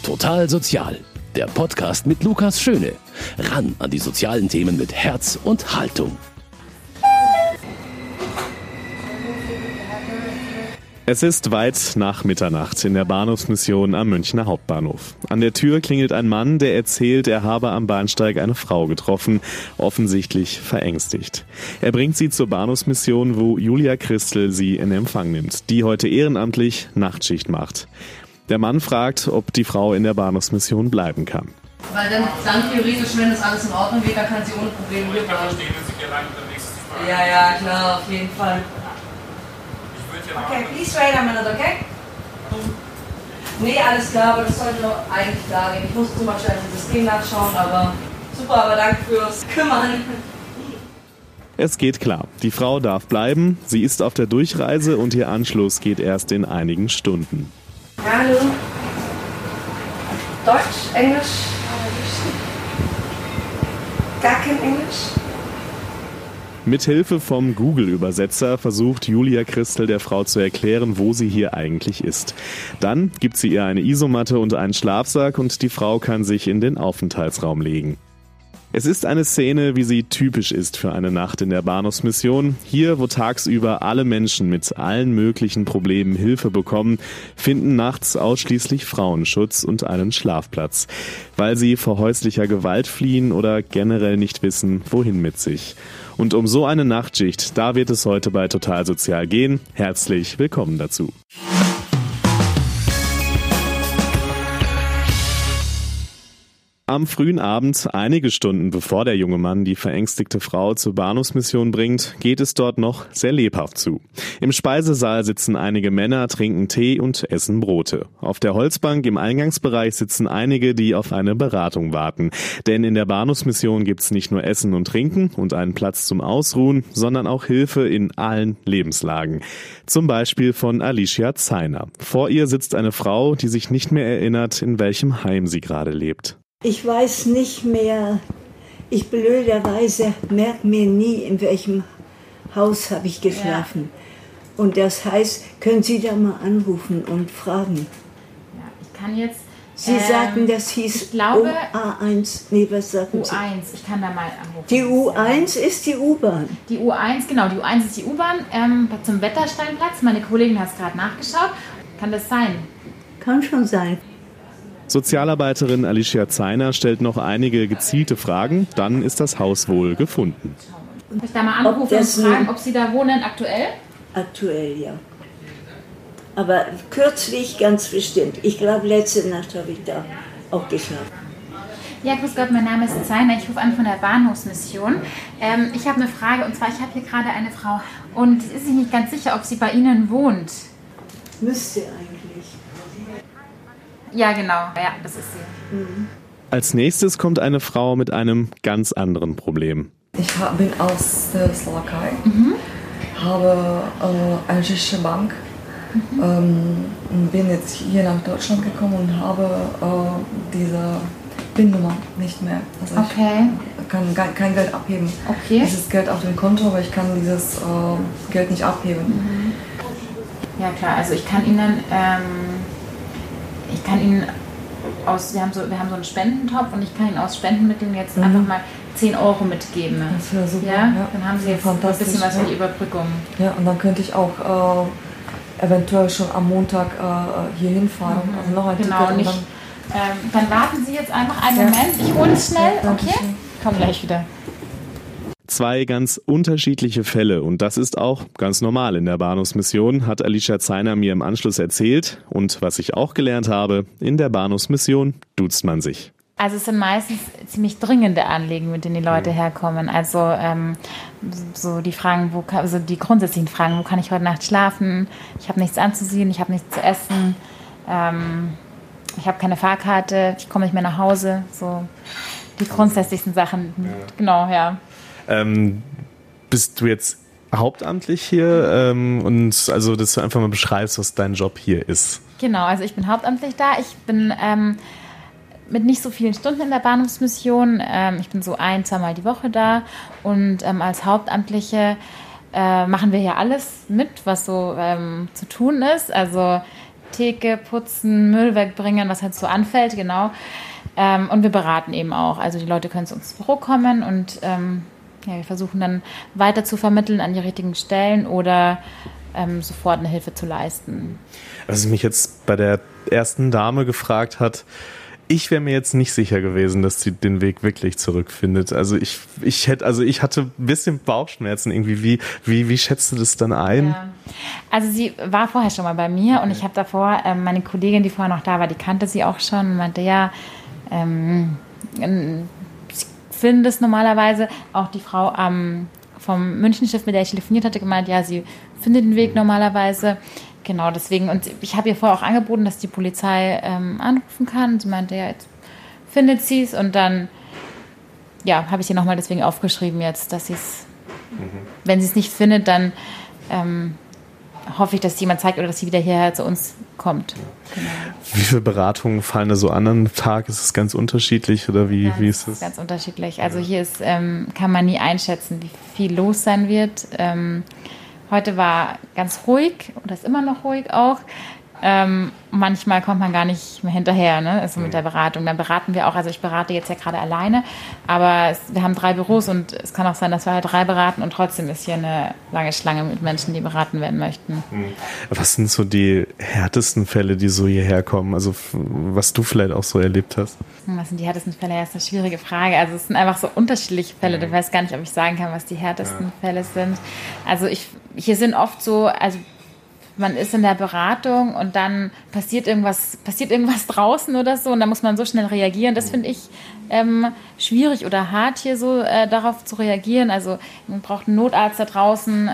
Total Sozial, der Podcast mit Lukas Schöne. Ran an die sozialen Themen mit Herz und Haltung. Es ist weit nach Mitternacht in der Bahnhofsmission am Münchner Hauptbahnhof. An der Tür klingelt ein Mann, der erzählt, er habe am Bahnsteig eine Frau getroffen, offensichtlich verängstigt. Er bringt sie zur Bahnhofsmission, wo Julia Christel sie in Empfang nimmt, die heute ehrenamtlich Nachtschicht macht. Der Mann fragt, ob die Frau in der Bahnhofsmission bleiben kann. Weil dann theoretisch, wenn das alles in Ordnung geht, dann kann sie ohne Probleme hier bleiben. Ja, klar, auf jeden Fall. Okay, please wait a minute, okay? Nee, alles klar, aber das sollte doch eigentlich klar gehen. Ich muss zum Beispiel ins System nachschauen, aber super, aber danke fürs Kümmern. Es geht klar. Die Frau darf bleiben, sie ist auf der Durchreise und ihr Anschluss geht erst in einigen Stunden. Hallo. Deutsch, Englisch? Gar kein Englisch? Mit Hilfe vom Google-Übersetzer versucht Julia Christel der Frau zu erklären, wo sie hier eigentlich ist. Dann gibt sie ihr eine Isomatte und einen Schlafsack und die Frau kann sich in den Aufenthaltsraum legen. Es ist eine Szene, wie sie typisch ist für eine Nacht in der Bahnhofsmission. Hier, wo tagsüber alle Menschen mit allen möglichen Problemen Hilfe bekommen, finden nachts ausschließlich Frauen Schutz und einen Schlafplatz, weil sie vor häuslicher Gewalt fliehen oder generell nicht wissen, wohin mit sich. Und um so eine Nachtschicht, da wird es heute bei Total Sozial gehen. Herzlich willkommen dazu. Am frühen Abend, einige Stunden bevor der junge Mann die verängstigte Frau zur Bahnhofsmission bringt, geht es dort noch sehr lebhaft zu. Im Speisesaal sitzen einige Männer, trinken Tee und essen Brote. Auf der Holzbank im Eingangsbereich sitzen einige, die auf eine Beratung warten. Denn in der Bahnhofsmission gibt's nicht nur Essen und Trinken und einen Platz zum Ausruhen, sondern auch Hilfe in allen Lebenslagen. Zum Beispiel von Alicia Zeiner. Vor ihr sitzt eine Frau, die sich nicht mehr erinnert, in welchem Heim sie gerade lebt. Ich weiß nicht mehr, ich blöderweise merke mir nie, in welchem Haus habe ich geschlafen. Ja. Und das heißt, können Sie da mal anrufen und fragen? Ja, ich kann jetzt... Sie sagten, das hieß, ich glaube, A1, nee, was sagten Sie? U1, ich kann da mal anrufen. Die U1 ist die U-Bahn. Die U1, genau, die U1 ist die U-Bahn zum Wettersteinplatz. Meine Kollegin hat es gerade nachgeschaut. Kann das sein? Kann schon sein. Sozialarbeiterin Alicia Zeiner stellt noch einige gezielte Fragen, dann ist das Haus wohl gefunden. Soll ich da mal anrufen und fragen, ob Sie da wohnen aktuell? Aktuell, ja. Aber kürzlich ganz bestimmt. Ich glaube, letzte Nacht habe ich da auch geschlafen. Ja, grüß Gott, mein Name ist Zeiner, ich rufe an von der Bahnhofsmission. Ich habe eine Frage, und zwar, ich habe hier gerade eine Frau und sie ist sich nicht ganz sicher, ob sie bei Ihnen wohnt. Müsste eigentlich. Ja, genau. Ja, das ist sie. Mhm. Als nächstes kommt eine Frau mit einem ganz anderen Problem. Ich bin aus der Slowakei, habe eine tschechische Bank, bin jetzt hier nach Deutschland gekommen und habe diese PIN-Nummer nicht mehr. Also ich kann kein Geld abheben. Okay. Dieses Geld auf dem Konto, aber ich kann dieses Geld nicht abheben. Mhm. Ja klar, also ich kann Ihnen wir haben so einen Spendentopf und ich kann Ihnen aus Spendenmitteln jetzt einfach mal 10 Euro mitgeben. Das wäre super. Ja? Dann haben Sie jetzt ein bisschen was für die Überbrückung. Ja, und dann könnte ich auch eventuell schon am Montag hier hinfahren. Also noch ein Ticket. Und dann warten Sie jetzt einfach einen Moment. Ich hole es schnell. Okay? Ich komme gleich wieder. Zwei ganz unterschiedliche Fälle und das ist auch ganz normal in der Bahnhofsmission, hat Alicia Zeiner mir im Anschluss erzählt. Und was ich auch gelernt habe, in der Bahnhofsmission duzt man sich. Also es sind meistens ziemlich dringende Anliegen, mit denen die Leute herkommen. Also so die Fragen, die grundsätzlichen Fragen, wo kann ich heute Nacht schlafen? Ich habe nichts anzuziehen, ich habe nichts zu essen, ich habe keine Fahrkarte, ich komme nicht mehr nach Hause. So die grundsätzlichsten Sachen. Ja. Genau, ja. Bist du jetzt hauptamtlich hier und also, dass du einfach mal beschreibst, was dein Job hier ist? Genau, also ich bin hauptamtlich da. Ich bin mit nicht so vielen Stunden in der Bahnhofsmission. Ich bin so 1-2 Mal die Woche da und als Hauptamtliche machen wir hier alles mit, was so zu tun ist. Also Theke putzen, Müll wegbringen, was halt so anfällt, genau. Und wir beraten eben auch. Also die Leute können zu uns ins Büro kommen und wir versuchen dann weiter zu vermitteln an die richtigen Stellen oder sofort eine Hilfe zu leisten. Was mich jetzt bei der ersten Dame gefragt hat, ich wäre mir jetzt nicht sicher gewesen, dass sie den Weg wirklich zurückfindet. Also ich hatte ein bisschen Bauchschmerzen irgendwie. Wie schätzt du das dann ein? Ja. Also sie war vorher schon mal bei mir und ich habe davor, meine Kollegin, die vorher noch da war, die kannte sie auch schon und meinte, ja, sie findet es normalerweise. Auch die Frau vom Münchenschiff, mit der ich telefoniert hatte, gemeint, ja, sie findet den Weg normalerweise. Genau, deswegen. Und ich habe ihr vorher auch angeboten, dass die Polizei anrufen kann. Sie meinte, ja, jetzt findet sie es. Und dann, ja, habe ich ihr nochmal deswegen aufgeschrieben jetzt, dass sie es, wenn sie es nicht findet, dann hoffe ich, dass jemand zeigt oder dass sie wieder hierher zu uns kommt. Genau. Wie viele Beratungen fallen da so an einem Tag? Ist es ganz unterschiedlich oder wie ist das? Ganz unterschiedlich. Also hier ist, kann man nie einschätzen, wie viel los sein wird. Heute war ganz ruhig oder ist immer noch ruhig auch. Manchmal kommt man gar nicht mehr hinterher, ne? Also mit der Beratung. Dann beraten wir auch, also ich berate jetzt ja gerade alleine, aber wir haben 3 Büros und es kann auch sein, dass wir halt 3 beraten und trotzdem ist hier eine lange Schlange mit Menschen, die beraten werden möchten. Was sind so die härtesten Fälle, die so hierher kommen? Also was du vielleicht auch so erlebt hast? Was sind die härtesten Fälle? Ja, das ist eine schwierige Frage. Also es sind einfach so unterschiedliche Fälle. Ich weiß gar nicht, ob ich sagen kann, was die härtesten Fälle sind. Also hier sind oft so, also man ist in der Beratung und dann passiert irgendwas draußen oder so und dann muss man so schnell reagieren. Das finde ich schwierig oder hart, hier so darauf zu reagieren. Also man braucht einen Notarzt da draußen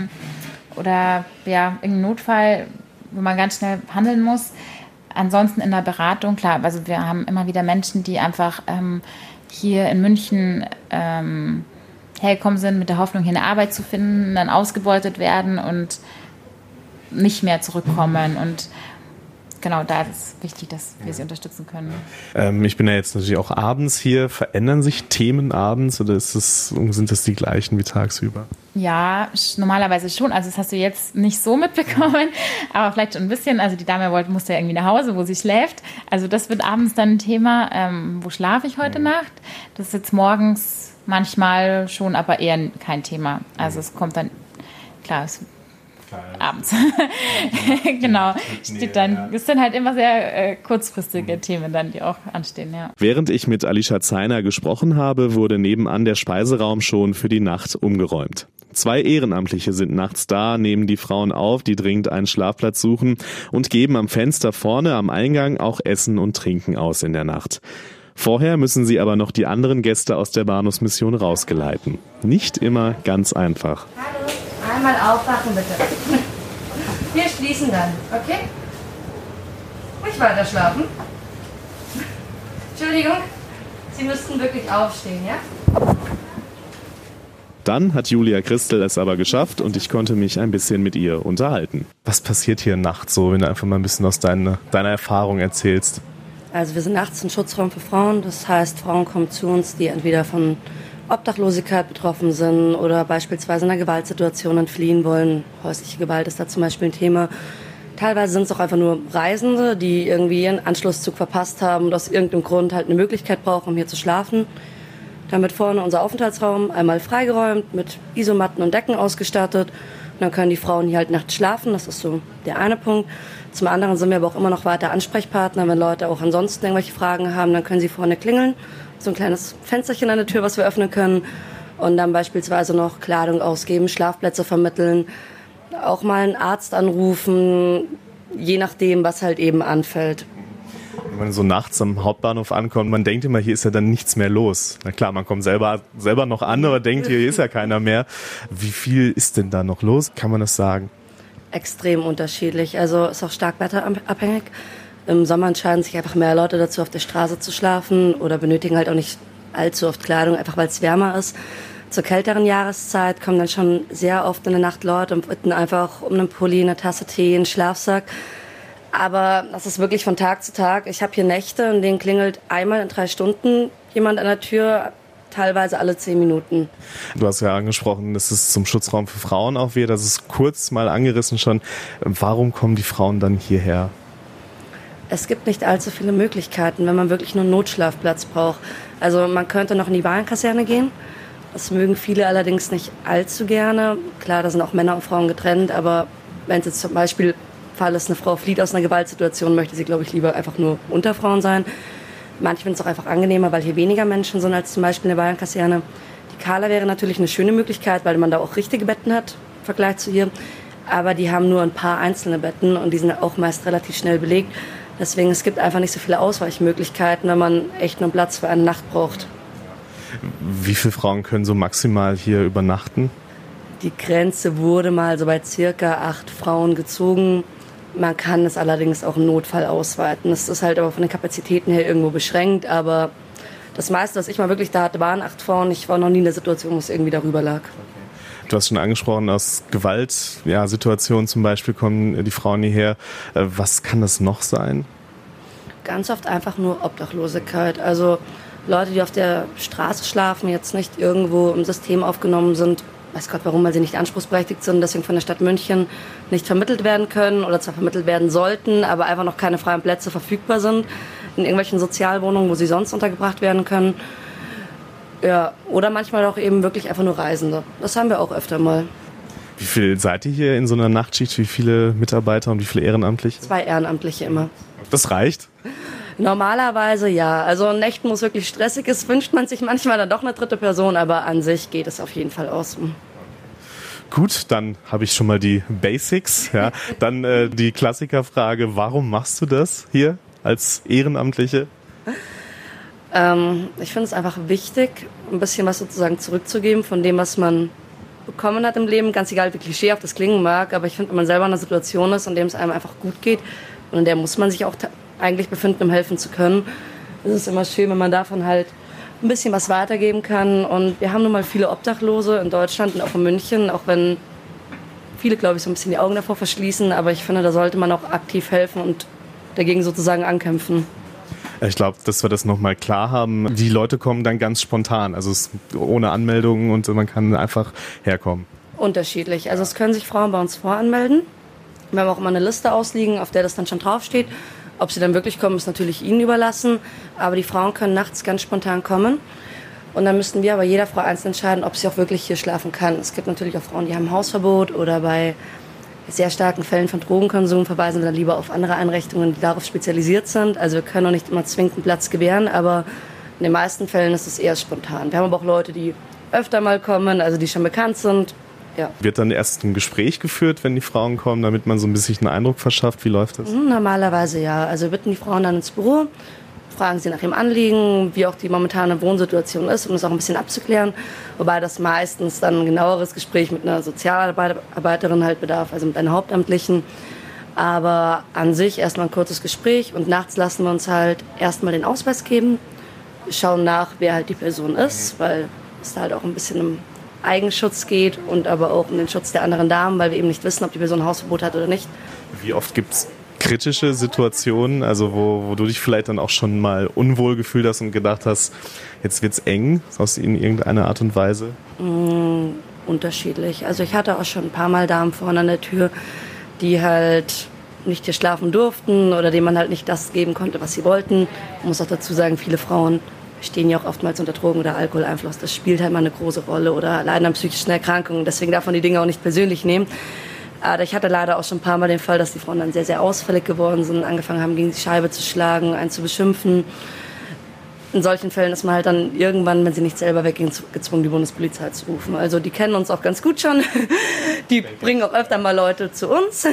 oder ja, irgendeinen Notfall, wo man ganz schnell handeln muss. Ansonsten in der Beratung, klar, also wir haben immer wieder Menschen, die einfach hier in München hergekommen sind mit der Hoffnung, hier eine Arbeit zu finden, dann ausgebeutet werden und nicht mehr zurückkommen und genau, da ist es wichtig, dass wir sie unterstützen können. Ich bin ja jetzt natürlich auch abends hier. Verändern sich Themen abends oder sind das die gleichen wie tagsüber? Ja, normalerweise schon. Also das hast du jetzt nicht so mitbekommen, aber vielleicht schon ein bisschen. Also die Dame musste ja irgendwie nach Hause, wo sie schläft. Also das wird abends dann ein Thema. Wo schlafe ich heute Nacht? Das ist jetzt morgens manchmal schon, aber eher kein Thema. Also es kommt dann, klar, abends. Genau. Steht dann, es sind halt immer sehr kurzfristige Themen dann, die auch anstehen, ja. Während ich mit Alicia Zeiner gesprochen habe, wurde nebenan der Speiseraum schon für die Nacht umgeräumt. 2 Ehrenamtliche sind nachts da, nehmen die Frauen auf, die dringend einen Schlafplatz suchen und geben am Fenster vorne am Eingang auch Essen und Trinken aus in der Nacht. Vorher müssen sie aber noch die anderen Gäste aus der Bahnhofsmission rausgeleiten. Nicht immer ganz einfach. Hallo. Einmal aufwachen, bitte. Wir schließen dann, okay? Ruhig weiter schlafen. Entschuldigung, Sie müssten wirklich aufstehen, ja? Dann hat Julia Christel es aber geschafft und ich konnte mich ein bisschen mit ihr unterhalten. Was passiert hier nachts so, wenn du einfach mal ein bisschen aus deiner Erfahrung erzählst? Also wir sind nachts ein Schutzraum für Frauen. Das heißt, Frauen kommen zu uns, die entweder von Obdachlosigkeit betroffen sind oder beispielsweise in einer Gewaltsituation entfliehen wollen. Häusliche Gewalt ist da zum Beispiel ein Thema. Teilweise sind es auch einfach nur Reisende, die irgendwie ihren Anschlusszug verpasst haben und aus irgendeinem Grund halt eine Möglichkeit brauchen, um hier zu schlafen. Dann wird vorne unser Aufenthaltsraum einmal freigeräumt, mit Isomatten und Decken ausgestattet. Und dann können die Frauen hier halt nachts schlafen, das ist so der eine Punkt. Zum anderen sind wir aber auch immer noch weiter Ansprechpartner. Wenn Leute auch ansonsten irgendwelche Fragen haben, dann können sie vorne klingeln. So ein kleines Fensterchen an der Tür, was wir öffnen können. Und dann beispielsweise noch Kleidung ausgeben, Schlafplätze vermitteln, auch mal einen Arzt anrufen, je nachdem, was halt eben anfällt. Wenn man so nachts am Hauptbahnhof ankommt, man denkt immer, hier ist ja dann nichts mehr los. Na klar, man kommt selber noch an, aber denkt, hier ist ja keiner mehr. Wie viel ist denn da noch los? Kann man das sagen? Extrem unterschiedlich. Also ist auch stark wetterabhängig. Im Sommer entscheiden sich einfach mehr Leute dazu, auf der Straße zu schlafen oder benötigen halt auch nicht allzu oft Kleidung, einfach weil es wärmer ist. Zur kälteren Jahreszeit kommen dann schon sehr oft in der Nacht Leute und bitten einfach um einen Pulli, eine Tasse Tee, einen Schlafsack. Aber das ist wirklich von Tag zu Tag. Ich habe hier Nächte, in denen klingelt einmal in 3 Stunden jemand an der Tür. teilweise alle 10 Minuten. Du hast ja angesprochen, das ist zum Schutzraum für Frauen auch wieder. Das ist kurz mal angerissen schon. Warum kommen die Frauen dann hierher? Es gibt nicht allzu viele Möglichkeiten, wenn man wirklich nur einen Notschlafplatz braucht. Also man könnte noch in die Wahlenkaserne gehen. Das mögen viele allerdings nicht allzu gerne. Klar, da sind auch Männer und Frauen getrennt, aber wenn es jetzt zum Beispiel Fall ist, eine Frau flieht aus einer Gewaltsituation, möchte sie, glaube ich, lieber einfach nur unter Frauen sein. Manche finden es auch einfach angenehmer, weil hier weniger Menschen sind als zum Beispiel in der Wahlenkaserne. Die Kala wäre natürlich eine schöne Möglichkeit, weil man da auch richtige Betten hat im Vergleich zu hier. Aber die haben nur ein paar einzelne Betten und die sind auch meist relativ schnell belegt. Deswegen, es gibt einfach nicht so viele Ausweichmöglichkeiten, wenn man echt nur Platz für eine Nacht braucht. Wie viele Frauen können so maximal hier übernachten? Die Grenze wurde mal so bei circa 8 Frauen gezogen. Man kann es allerdings auch im Notfall ausweiten. Es ist halt aber von den Kapazitäten her irgendwo beschränkt. Aber das meiste, was ich mal wirklich da hatte, waren 8 Frauen. Ich war noch nie in der Situation, wo es irgendwie darüber lag. Du hast schon angesprochen, aus Gewaltsituationen zum Beispiel kommen die Frauen hierher. Was kann das noch sein? Ganz oft einfach nur Obdachlosigkeit. Also Leute, die auf der Straße schlafen, jetzt nicht irgendwo im System aufgenommen sind. Weiß Gott warum, weil sie nicht anspruchsberechtigt sind, deswegen von der Stadt München nicht vermittelt werden können oder zwar vermittelt werden sollten, aber einfach noch keine freien Plätze verfügbar sind in irgendwelchen Sozialwohnungen, wo sie sonst untergebracht werden können. Ja, oder manchmal auch eben wirklich einfach nur Reisende. Das haben wir auch öfter mal. Wie viel seid ihr hier in so einer Nachtschicht? Wie viele Mitarbeiter und wie viele Ehrenamtliche? 2 Ehrenamtliche immer. Das reicht? Normalerweise ja. Also in Nächten, wo es wirklich stressig ist, wünscht man sich manchmal dann doch eine 3. Person, aber an sich geht es auf jeden Fall aus. Gut, dann habe ich schon mal die Basics. Ja. Dann die Klassikerfrage, warum machst du das hier als Ehrenamtliche? Ich finde es einfach wichtig, ein bisschen was sozusagen zurückzugeben von dem, was man bekommen hat im Leben. Ganz egal, wie klischeehaft das klingen mag, aber ich finde, wenn man selber in einer Situation ist, in der es einem einfach gut geht und in der muss man sich auch eigentlich befinden, um helfen zu können, ist es immer schön, wenn man davon halt ein bisschen was weitergeben kann. Und wir haben nun mal viele Obdachlose in Deutschland und auch in München, auch wenn viele, glaube ich, so ein bisschen die Augen davor verschließen. Aber ich finde, da sollte man auch aktiv helfen und dagegen sozusagen ankämpfen. Ich glaube, dass wir das nochmal klar haben. Die Leute kommen dann ganz spontan, also ohne Anmeldung und man kann einfach herkommen. Unterschiedlich. Also es können sich Frauen bei uns voranmelden. Wir haben auch immer eine Liste ausliegen, auf der das dann schon draufsteht. Ob sie dann wirklich kommen, ist natürlich ihnen überlassen. Aber die Frauen können nachts ganz spontan kommen. Und dann müssten wir aber jeder Frau einzeln entscheiden, ob sie auch wirklich hier schlafen kann. Es gibt natürlich auch Frauen, die haben Hausverbot oder bei sehr starken Fällen von Drogenkonsum verweisen wir dann lieber auf andere Einrichtungen, die darauf spezialisiert sind. Also wir können auch nicht immer zwingend einen Platz gewähren, aber in den meisten Fällen ist es eher spontan. Wir haben aber auch Leute, die öfter mal kommen, also die schon bekannt sind. Ja. Wird dann erst ein Gespräch geführt, wenn die Frauen kommen, damit man so ein bisschen einen Eindruck verschafft? Wie läuft das? Normalerweise ja. Also wir bitten die Frauen dann ins Büro, fragen sie nach ihrem Anliegen, wie auch die momentane Wohnsituation ist, um das auch ein bisschen abzuklären. Wobei das meistens dann ein genaueres Gespräch mit einer Sozialarbeiterin halt bedarf, also mit einer Hauptamtlichen. Aber an sich erstmal ein kurzes Gespräch und nachts lassen wir uns halt erstmal den Ausweis geben, schauen nach, wer halt die Person ist, weil es da halt auch ein bisschen um Eigenschutz geht und aber auch um den Schutz der anderen Damen, weil wir eben nicht wissen, ob die Person ein Hausverbot hat oder nicht. Wie oft gibt es kritische Situationen, also wo du dich vielleicht dann auch schon mal unwohl gefühlt hast und gedacht hast, jetzt wird's eng, in irgendeiner Art und Weise? Unterschiedlich. Also ich hatte auch schon ein paar Mal Damen vorne an der Tür, die halt nicht hier schlafen durften oder denen man halt nicht das geben konnte, was sie wollten. Ich muss auch dazu sagen, viele Frauen stehen ja auch oftmals unter Drogen- oder Alkoholeinfluss. Das spielt halt mal eine große Rolle oder leiden an psychischen Erkrankungen. Deswegen darf man die Dinge auch nicht persönlich nehmen. Aber ich hatte leider auch schon ein paar Mal den Fall, dass die Frauen dann sehr, sehr ausfällig geworden sind, angefangen haben, gegen die Scheibe zu schlagen, einen zu beschimpfen. In solchen Fällen ist man halt dann irgendwann, wenn sie nicht selber weggehen, gezwungen, die Bundespolizei zu rufen. Also die kennen uns auch ganz gut schon. Die bringen auch öfter mal Leute zu uns.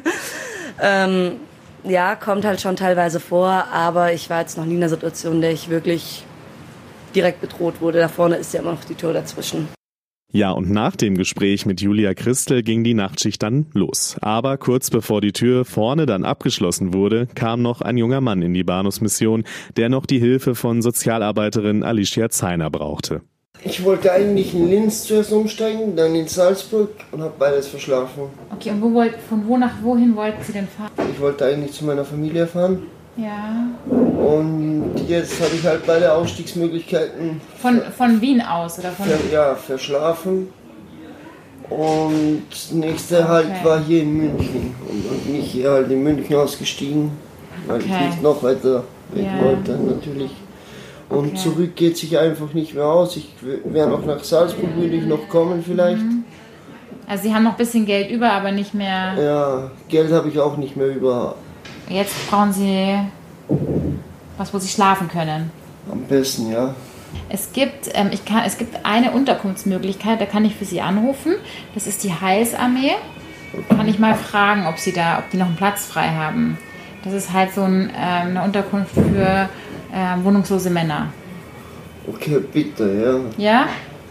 Ja, kommt halt schon teilweise vor, aber ich war jetzt noch nie in einer Situation, in der ich wirklich direkt bedroht wurde. Da vorne ist ja immer noch die Tür dazwischen. Ja, und nach dem Gespräch mit Julia Christel ging die Nachtschicht dann los. Aber kurz bevor die Tür vorne dann abgeschlossen wurde, kam noch ein junger Mann in die Bahnhofsmission, der noch die Hilfe von Sozialarbeiterin Alicia Zeiner brauchte. Ich wollte eigentlich in Linz zuerst umsteigen, dann in Salzburg und habe beides verschlafen. Okay, und von wo nach wohin wollten Sie denn fahren? Ich wollte eigentlich zu meiner Familie fahren Ja. Und jetzt habe ich halt beide Ausstiegsmöglichkeiten. Von Wien aus, oder von? Verschlafen. Und das nächste halt war hier in München. Und dann bin ich hier halt in München ausgestiegen, weil ich nicht noch weiter weg wollte natürlich. Und zurück geht sich einfach nicht mehr aus. Ich wäre noch nach Salzburg, würde ich noch kommen vielleicht. Also Sie haben noch ein bisschen Geld über, aber nicht mehr... Ja, Geld habe ich auch nicht mehr über. Jetzt brauchen Sie was, wo Sie schlafen können. Am besten, ja. Es gibt eine Unterkunftsmöglichkeit, da kann ich für Sie anrufen. Das ist die Heilsarmee. Okay. Kann ich mal fragen, ob die noch einen Platz frei haben. Das ist halt so eine Unterkunft für wohnungslose Männer. Okay, bitte, ja. Ja?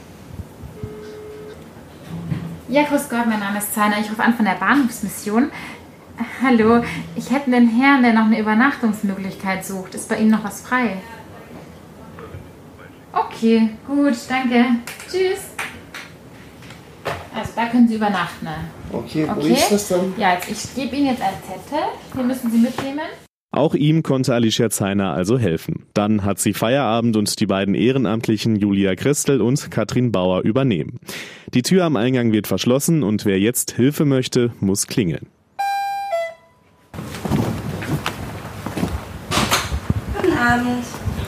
Ja, grüß Gott, mein Name ist Zainer. Ich rufe an von der Bahnhofsmission. Hallo, ich hätte einen Herrn, der noch eine Übernachtungsmöglichkeit sucht. Ist bei Ihnen noch was frei? Okay, gut, danke. Tschüss. Also da können Sie übernachten. Okay, wo ist das dann? Ja, ich gebe Ihnen jetzt einen Zettel. Den müssen Sie mitnehmen. Auch ihm konnte Alicia Zeiner also helfen. Dann hat sie Feierabend und die beiden Ehrenamtlichen Julia Christel und Katrin Bauer übernehmen. Die Tür am Eingang wird verschlossen und wer jetzt Hilfe möchte, muss klingeln. Guten Abend.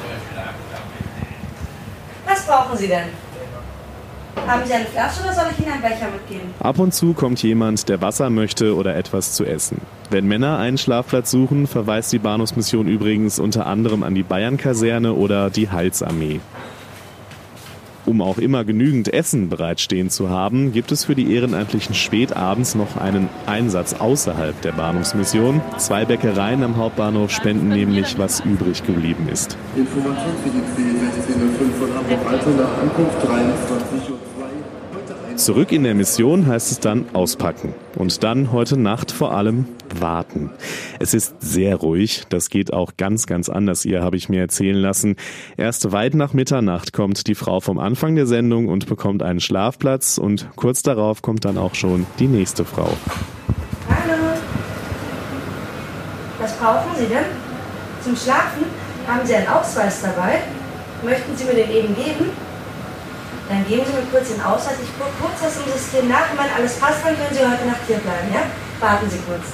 Was brauchen Sie denn? Haben Sie eine Flasche oder soll ich Ihnen einen Becher mitgeben? Ab und zu kommt jemand, der Wasser möchte oder etwas zu essen. Wenn Männer einen Schlafplatz suchen, verweist die Bahnhofsmission übrigens unter anderem an die Bayernkaserne oder die Heilsarmee. Um auch immer genügend Essen bereitstehen zu haben, gibt es für die Ehrenamtlichen spät abends noch einen Einsatz außerhalb der Bahnhofsmission. 2 Bäckereien am Hauptbahnhof spenden nämlich, was übrig geblieben ist. Information für die C1605 von Hamburg-Altona nach Ankunft 23:02. Zurück in der Mission heißt es dann auspacken. Und dann heute Nacht vor allem warten. Es ist sehr ruhig, das geht auch ganz, ganz anders hier, habe ich mir erzählen lassen. Erst weit nach Mitternacht kommt die Frau vom Anfang der Sendung und bekommt einen Schlafplatz und kurz darauf kommt dann auch schon die nächste Frau. Hallo. Was brauchen Sie denn? Zum Schlafen? Haben Sie einen Ausweis dabei? Möchten Sie mir den eben geben? Dann geben Sie mir kurz den Ausweis. Ich gucke kurz das im System nach und wenn alles passt, dann können Sie heute Nacht hier bleiben, ja? Warten Sie kurz.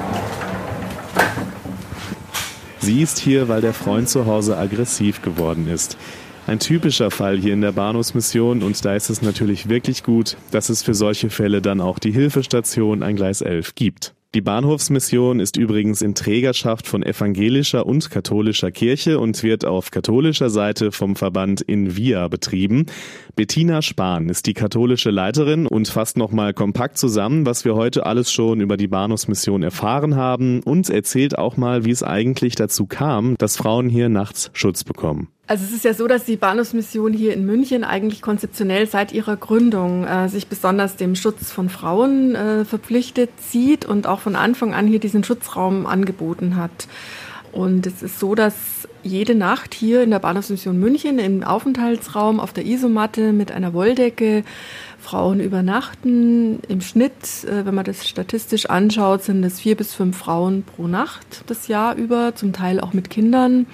Sie ist hier, weil der Freund zu Hause aggressiv geworden ist. Ein typischer Fall hier in der Bahnhofsmission und da ist es natürlich wirklich gut, dass es für solche Fälle dann auch die Hilfestation an Gleis 11 gibt. Die Bahnhofsmission ist übrigens in Trägerschaft von evangelischer und katholischer Kirche und wird auf katholischer Seite vom Verband InVia betrieben. Bettina Spahn ist die katholische Leiterin und fasst nochmal kompakt zusammen, was wir heute alles schon über die Bahnhofsmission erfahren haben und erzählt auch mal, wie es eigentlich dazu kam, dass Frauen hier nachts Schutz bekommen. Also es ist ja so, dass die Bahnhofsmission hier in München eigentlich konzeptionell seit ihrer Gründung sich besonders dem Schutz von Frauen verpflichtet sieht und auch von Anfang an hier diesen Schutzraum angeboten hat. Und es ist so, dass jede Nacht hier in der Bahnhofsmission München im Aufenthaltsraum auf der Isomatte mit einer Wolldecke Frauen übernachten. Im Schnitt, wenn man das statistisch anschaut, sind es 4 bis 5 Frauen pro Nacht das Jahr über, zum Teil auch mit Kindern,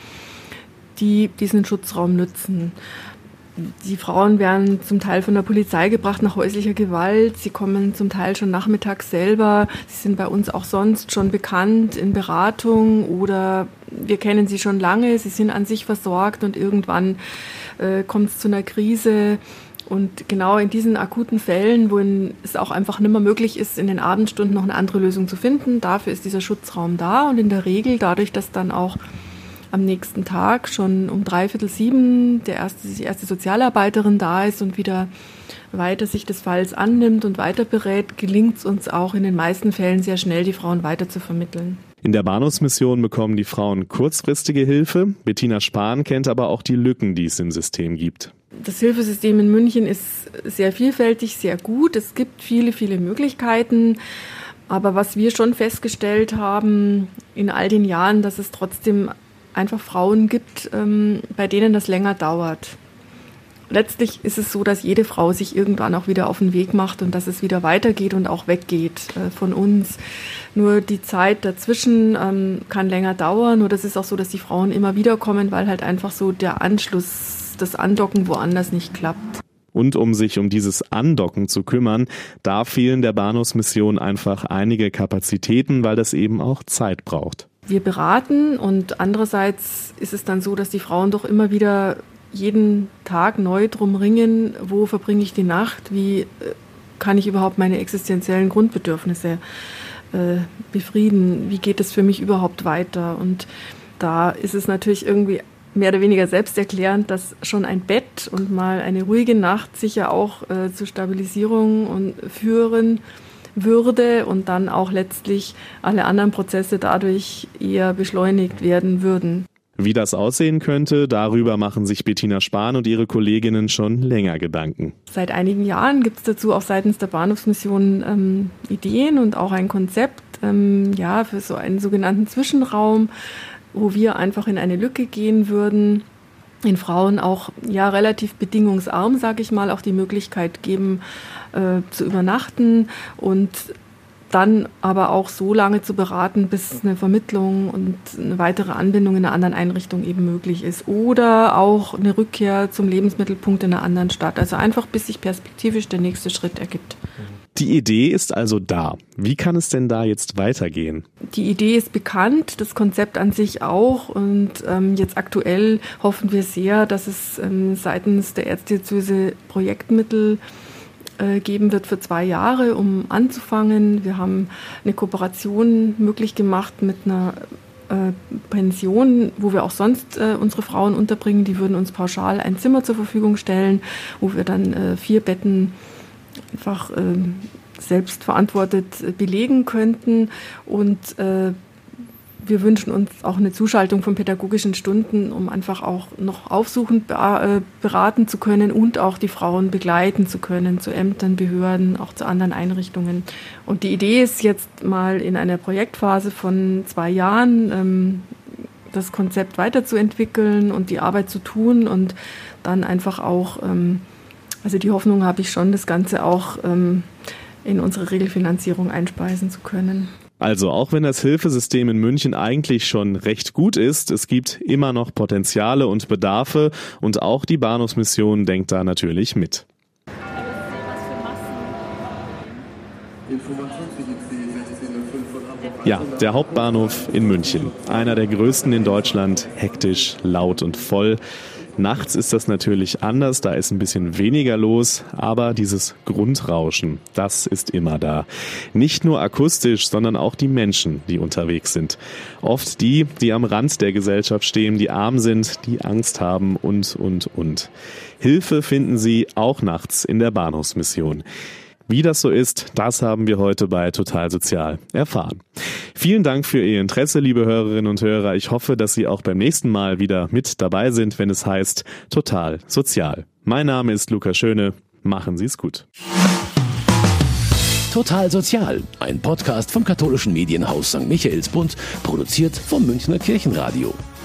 die diesen Schutzraum nutzen. Die Frauen werden zum Teil von der Polizei gebracht nach häuslicher Gewalt. Sie kommen zum Teil schon nachmittags selber. Sie sind bei uns auch sonst schon bekannt in Beratung oder wir kennen sie schon lange. Sie sind an sich versorgt und irgendwann kommt es zu einer Krise. Und genau in diesen akuten Fällen, wo es auch einfach nicht mehr möglich ist, in den Abendstunden noch eine andere Lösung zu finden, dafür ist dieser Schutzraum da. Und in der Regel, dadurch, dass dann auch am nächsten Tag schon um 6:45 die erste Sozialarbeiterin da ist und wieder weiter sich des Falls annimmt und weiter berät, gelingt es uns auch in den meisten Fällen sehr schnell, die Frauen weiter zu vermitteln. In der Bahnhofsmission bekommen die Frauen kurzfristige Hilfe. Bettina Spahn kennt aber auch die Lücken, die es im System gibt. Das Hilfesystem in München ist sehr vielfältig, sehr gut. Es gibt viele, viele Möglichkeiten. Aber was wir schon festgestellt haben in all den Jahren, dass es trotzdem einfach Frauen gibt, bei denen das länger dauert. letztlich ist es so, dass jede Frau sich irgendwann auch wieder auf den Weg macht und dass es wieder weitergeht und auch weggeht von uns. Nur die Zeit dazwischen kann länger dauern. Nur das ist auch so, dass die Frauen immer wieder kommen, weil halt einfach so der Anschluss, das Andocken woanders nicht klappt. Und um sich um dieses Andocken zu kümmern, da fehlen der Bahnhofsmission einfach einige Kapazitäten, weil das eben auch Zeit braucht. Wir beraten und andererseits ist es dann so, dass die Frauen doch immer wieder jeden Tag neu drum ringen, wo verbringe ich die Nacht, wie kann ich überhaupt meine existenziellen Grundbedürfnisse befrieden, wie geht es für mich überhaupt weiter. Und da ist es natürlich irgendwie mehr oder weniger selbsterklärend, dass schon ein Bett und mal eine ruhige Nacht sicher auch zur Stabilisierung führen würde und dann auch letztlich alle anderen Prozesse dadurch eher beschleunigt werden würden. Wie das aussehen könnte, darüber machen sich Bettina Spahn und ihre Kolleginnen schon länger Gedanken. Seit einigen Jahren gibt es dazu auch seitens der Bahnhofsmission Ideen und auch ein Konzept für so einen sogenannten Zwischenraum, wo wir einfach in eine Lücke gehen würden, den Frauen auch relativ bedingungsarm, sage ich mal, auch die Möglichkeit geben, zu übernachten und dann aber auch so lange zu beraten, bis eine Vermittlung und eine weitere Anbindung in einer anderen Einrichtung eben möglich ist. Oder auch eine Rückkehr zum Lebensmittelpunkt in einer anderen Stadt. Also einfach, bis sich perspektivisch der nächste Schritt ergibt. Die Idee ist also da. Wie kann es denn da jetzt weitergehen? Die Idee ist bekannt, das Konzept an sich auch. Und jetzt aktuell hoffen wir sehr, dass es seitens der Erzdiözese Projektmittel geben wird für 2 Jahre, um anzufangen. Wir haben eine Kooperation möglich gemacht mit einer Pension, wo wir auch sonst unsere Frauen unterbringen. Die würden uns pauschal ein Zimmer zur Verfügung stellen, wo wir dann 4 Betten einfach selbstverantwortet belegen könnten. Und wir wünschen uns auch eine Zuschaltung von pädagogischen Stunden, um einfach auch noch aufsuchend beraten zu können und auch die Frauen begleiten zu können zu Ämtern, Behörden, auch zu anderen Einrichtungen. Und die Idee ist jetzt mal in einer Projektphase von 2 Jahren das Konzept weiterzuentwickeln und die Arbeit zu tun und dann einfach auch, also die Hoffnung habe ich schon, das Ganze auch in unsere Regelfinanzierung einspeisen zu können. Also auch wenn das Hilfesystem in München eigentlich schon recht gut ist, es gibt immer noch Potenziale und Bedarfe und auch die Bahnhofsmission denkt da natürlich mit. Ja, der Hauptbahnhof in München. Einer der größten in Deutschland, hektisch, laut und voll. Nachts ist das natürlich anders, da ist ein bisschen weniger los, aber dieses Grundrauschen, das ist immer da. Nicht nur akustisch, sondern auch die Menschen, die unterwegs sind. Oft die, die am Rand der Gesellschaft stehen, die arm sind, die Angst haben und. Hilfe finden sie auch nachts in der Bahnhofsmission. Wie das so ist, das haben wir heute bei Total Sozial erfahren. Vielen Dank für Ihr Interesse, liebe Hörerinnen und Hörer. Ich hoffe, dass Sie auch beim nächsten Mal wieder mit dabei sind, wenn es heißt Total Sozial. Mein Name ist Lukas Schöne. Machen Sie es gut. Total Sozial, ein Podcast vom katholischen Medienhaus St. Michaelsbund, produziert vom Münchner Kirchenradio.